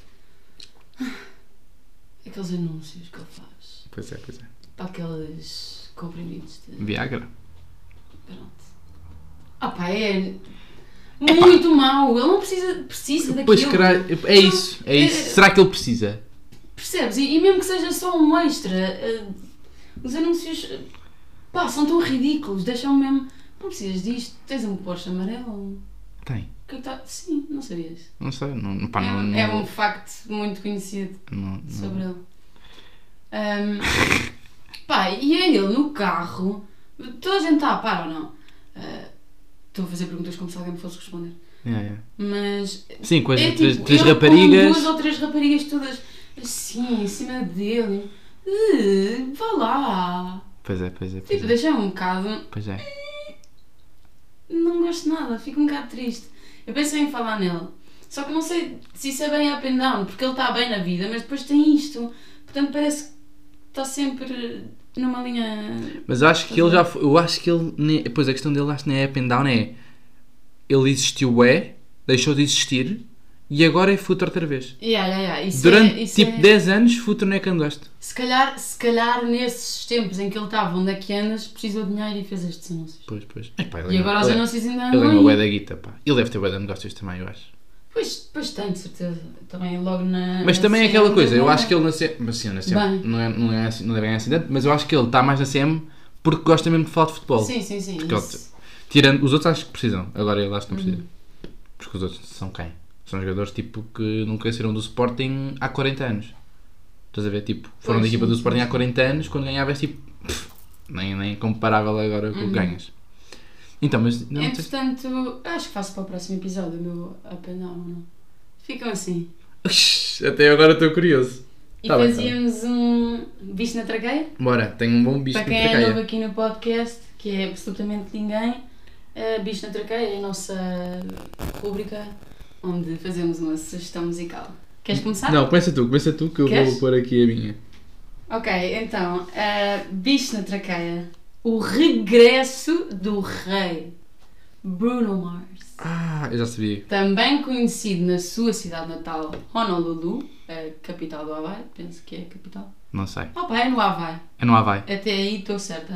Aqueles anúncios que ele faz. Pois é, pois é. Para aqueles comprimidos de... Viagra. Pronto. Ah pá, é... Muito mau. Ele não precisa, precisa daquilo. Pois, caralho, é isso, é isso. Será que ele precisa? Percebes? E, e mesmo que seja só um extra, eh, os anúncios, eh, pá, são tão ridículos. Deixam mesmo... Não precisas disto. Tens um Porsche amarelo. Tem. O que é que está... Sim, não sabias. Não sei, não, pá, é, não, não, é um facto muito conhecido não, não. sobre ele. Ahm, pá, e é ele no carro. Toda a gente está a par ou não? Ah, Estou a fazer perguntas como se alguém me fosse responder. Yeah, yeah. Mas. Sim, com as é três, tipo, três ele com raparigas. duas ou três raparigas todas assim, em cima dele. Uh, vá lá. Pois é, pois é, pois Tipo, é. deixa-me um bocado. Pois é. Não gosto de nada, fico um bocado triste. Eu pensei em falar nele. Só que não sei se isso é bem up and down, porque ele está bem na vida, mas depois tem isto. Portanto, parece que está sempre numa linha. Mas eu acho que ele já foi. Eu acho que ele. ne- Pois a questão dele acho que não é up and down, é. Ele existiu, é. Deixou de existir. E agora é Futre outra vez. Yeah, yeah, yeah. Isso Durante é, isso tipo é... dez anos, Futre não é que andaste. Se calhar, se calhar nesses tempos em que ele estava, onde é que andas, precisou de dinheiro e fez estes anúncios. Pois, pois. Epá, ele E é- agora os ele é- anúncios ainda Ele é andam uma bué aí. da guita, pá. Ele deve ter bué de negócios também, eu acho. Pois, pois tem, de certeza. Também logo na. Mas na também é C M aquela coisa, eu dele, acho que ele na C M. Mas sim, na C M. Bem. Não, é, não, é assim, não deve ganhar assim tanto, mas eu acho que ele está mais na C M porque gosta mesmo de falar de futebol. Sim, sim, sim. Porque isso. ele- tirando, os outros acho que precisam, agora ele acho que não precisa. Uhum. Porque os outros são quem? São jogadores tipo que nunca saíram do Sporting há quarenta anos. Estás a ver? Tipo, foram Pois, da equipa sim, do Sporting sim, há quarenta anos, quando ganhavas tipo. pff, nem, nem comparável agora com o que Uhum. ganhas. Então, mas. Não, sei- Entretanto, acho que faço para o próximo episódio o meu up and down, ou não? Ficam assim. Até agora estou curioso. E Tá bem, tá fazíamos um bicho na traqueia? Bora, tenho um bom bicho Para de quem é novo traqueia. aqui no podcast, que é absolutamente ninguém, uh, Bicho na Traqueia é a nossa rubrica onde fazemos uma sugestão musical. Queres começar? Não, começa tu, começa tu que eu Queres? vou pôr aqui a minha. Ok, então, uh, Bicho na Traqueia. O regresso do rei. Bruno Mars. Ah, eu já sabia. Também conhecido na sua cidade natal, Honolulu, a capital do Havaí, penso que é a capital. Não sei. Opa, é no Havaí. É no Havaí. Até aí estou certa.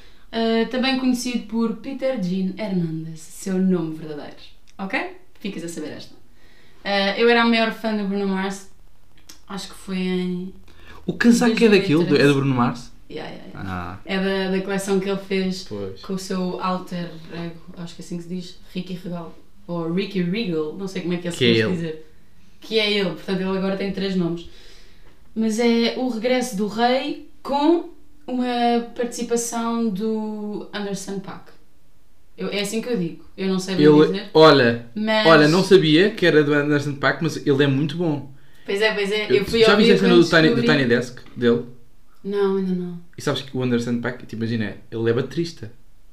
Uh, também conhecido por Peter Jean Hernandez, seu nome verdadeiro. Ok? Ficas a saber esta. Uh, eu era a maior fã do Bruno Mars. Acho que foi em... O casaco é daquilo? do- É do Bruno Mars? Yeah, yeah, yeah. Ah, É da, da coleção que ele fez pois. com o seu alter ego, acho que é assim que se diz, Ricky Regal. Ou Ricky Regal, não sei como é que é Que é suposto ele. dizer. Que é ele, portanto ele agora tem três nomes. Mas é o regresso do rei com uma participação do Anderson .Paak. Eu, é assim que eu digo, eu não sei bem Ele, dizer, olha, mas... olha, não sabia que era do Anderson .Paak, mas ele é muito bom. Pois é, pois é, eu fui Já ouvir viste a cena quando do Tiny, do descobri- Tiny Desk dele? Não, ainda não. E sabes que o Anderson .Paak, tipo, imagina, ele é baterista.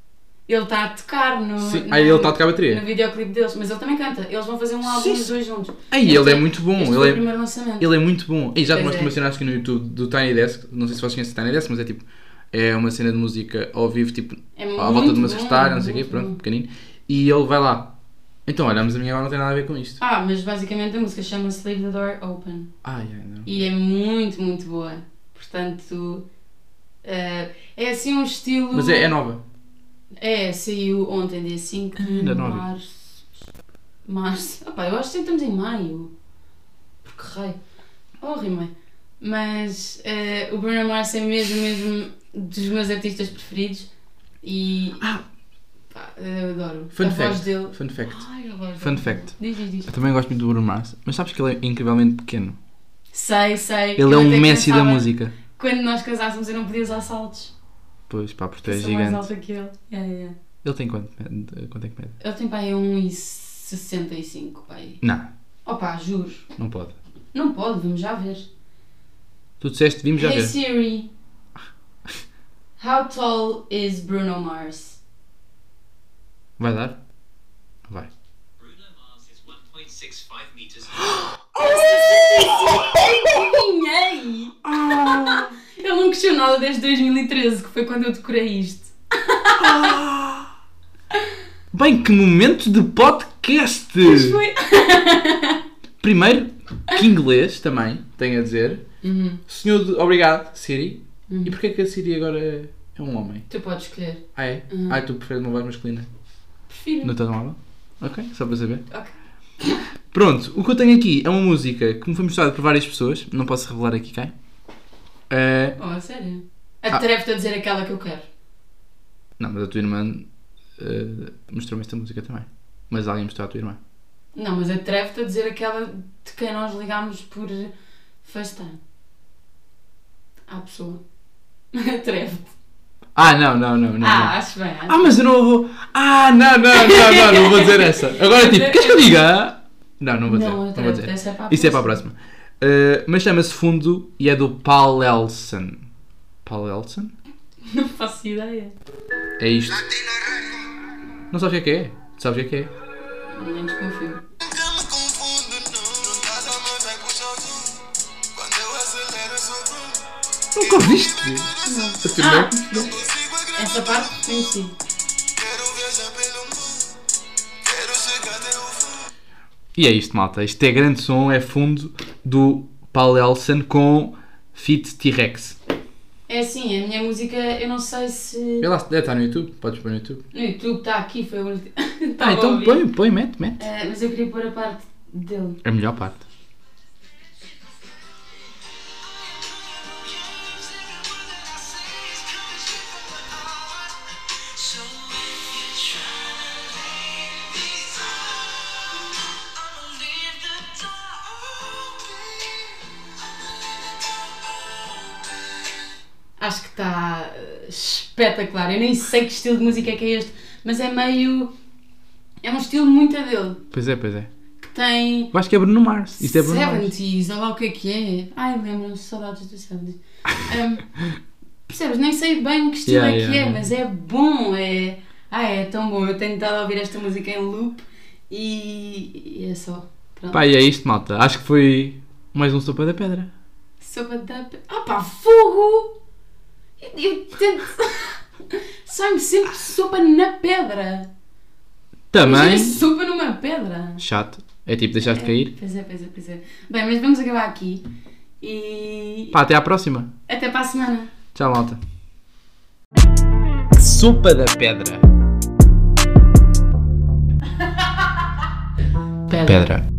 Ele está a tocar no, Sim. no, Ah, ele está a tocar no bateria. videoclipe deles, mas ele também canta. Eles vão fazer um álbum Sim, os sim. dois juntos. Ai, ele Este é muito bom. Este Ele foi é, o primeiro lançamento. ele é muito bom. E já te Pois mostro é. uma cena acho que no YouTube do Tiny Desk. Não sei se vocês conhecem o Tiny Desk, mas é tipo, é uma cena de música ao vivo, tipo, É à volta muito de uma bom, secretária, não sei o quê, muito pronto, bom. pequenino. E ele vai lá. Então, olha, mas a minha agora não tem nada a ver com isto. Ah, mas basicamente a música chama-se Leave the Door Open. Ah, yeah, não. E é muito, muito boa. Portanto, uh, é assim um estilo... Mas é, é nova. É, saiu ontem, dia cinco de Ainda não ouvi. março. Março. Opá, eu acho que estamos em maio. Porque raio. Oh, rimei. Mas uh, o Bruno Mars é mesmo, mesmo dos meus artistas preferidos. E... Ah! Pá, eu adoro. Fun a fact. voz dele. Fun fact. Ai, a voz Fun dele. fact. Diz, diz, diz. Eu também gosto muito do Bruno Mars, mas sabes que ele é incrivelmente pequeno. Sei, sei. Ele Eu é um até Messi da pensava, música. Quando nós casássemos eu não podia usar saltos. Pois, pá, porque tu Eu és sou mais gigante. alta que ele. Yeah, yeah. Ele tem quanto? Quanto é que mede? Ele tem pá aí um e sessenta e cinco, pai. Não, Opa, juro. não pode. Não pode, vamos já ver. Tu disseste, vimos já Hey ver. Siri. How tall is Bruno Mars? Vai dar? Vai. Bruno Mars is one point six five meters Adivinhei! Ele não questionou nada desde dois mil e treze, que foi quando eu decorei isto. Bem, que momento de podcast! Mas foi. Primeiro, que inglês também, tenho a dizer. Uhum. Senhor, de... obrigado, Siri. Uhum. E porquê que a Siri agora é é um homem? Tu podes escolher. Ah, é? Uhum. Ah, tu preferes uma voz masculina Prefiro. no telemóvel? Ok, só para saber. Ok. Pronto, o que eu tenho aqui é uma música que me foi mostrada por várias pessoas, não posso revelar aqui quem. Eh, Oh, a sério? Ah. Atrevo-te a dizer aquela que eu quero. não, mas a tua irmã eh, mostrou-me esta música também. Mas alguém mostrou à tua irmã. Não, mas atrevo-te a dizer aquela de quem nós ligámos por FaceTime. À pessoa. Atrevo-te. Ah, não, não, não, não. Ah, não. acho bem. Acho Ah, mas eu não vou. Ah, não, não, não, não, não vou dizer essa. Agora tipo, queres que eu diga? Não, não vou dizer. Não, Não, vou atrevo-te. dizer. Essa é para a Isso é para a próxima. Uh, mas chama-se Fundo e é do Paul Elson. Paul Elson? Não faço ideia. É isto. Não sabes o que é que é? Tu sabes o que é que é? Nem desconfio. Nunca me confundo, não. Não estás a mandar com o sozinho. Quando eu acelero, eu sou bom. Nunca ouviste? Não. A tua irmã? Não consigo agradar. Essa parte conheci. Quero viajar pelo mundo. Quero chegar até o fundo. E é isto, malta. Isto é grande som, é Fundo do Paul Elson com Fit T-Rex. É assim, a minha música, eu não sei se... Vê lá, deve estar no YouTube. Podes pôr no YouTube. No YouTube está aqui, foi a única... Ah, Estava a então ouvir. põe, põe, mete, mete. Eh, mas eu queria pôr a parte dele. É a melhor parte. So if you're trying to leave me on, I'ma leave the door open. I'ma leave the door open. Acho que está eh, espetacular. Eu nem sei que estilo de música é que é este, mas é meio... É um estilo muito a dele, Pois é, pois é. que tem... Eu acho que é Bruno Mars. Isto é Bruno Mars. seventies, olha lá o que é que é. Ai, lembro-me, saudades dos seventies. Um, percebes? Nem sei bem que estilo Yeah, é que yeah, é, yeah. mas é bom. É... Ah, é tão bom. Eu tenho estado a ouvir esta música em loop e, e é só. Pronto. Pá, e é isto, malta. Acho que foi mais um Sopa da Pedra. Sopa da... pe- Ah pá, fogo! Eu, eu tento... Sai-me sempre sopa na pedra. Também. Imagina sopa numa pedra. Chato. É tipo, deixaste cair. Pois é, pois é, pois é. Bem, mas vamos acabar aqui. E... Pá, até à próxima. Até para a semana. Tchau, malta. Sopa da Pedra. Pedra. Pedra.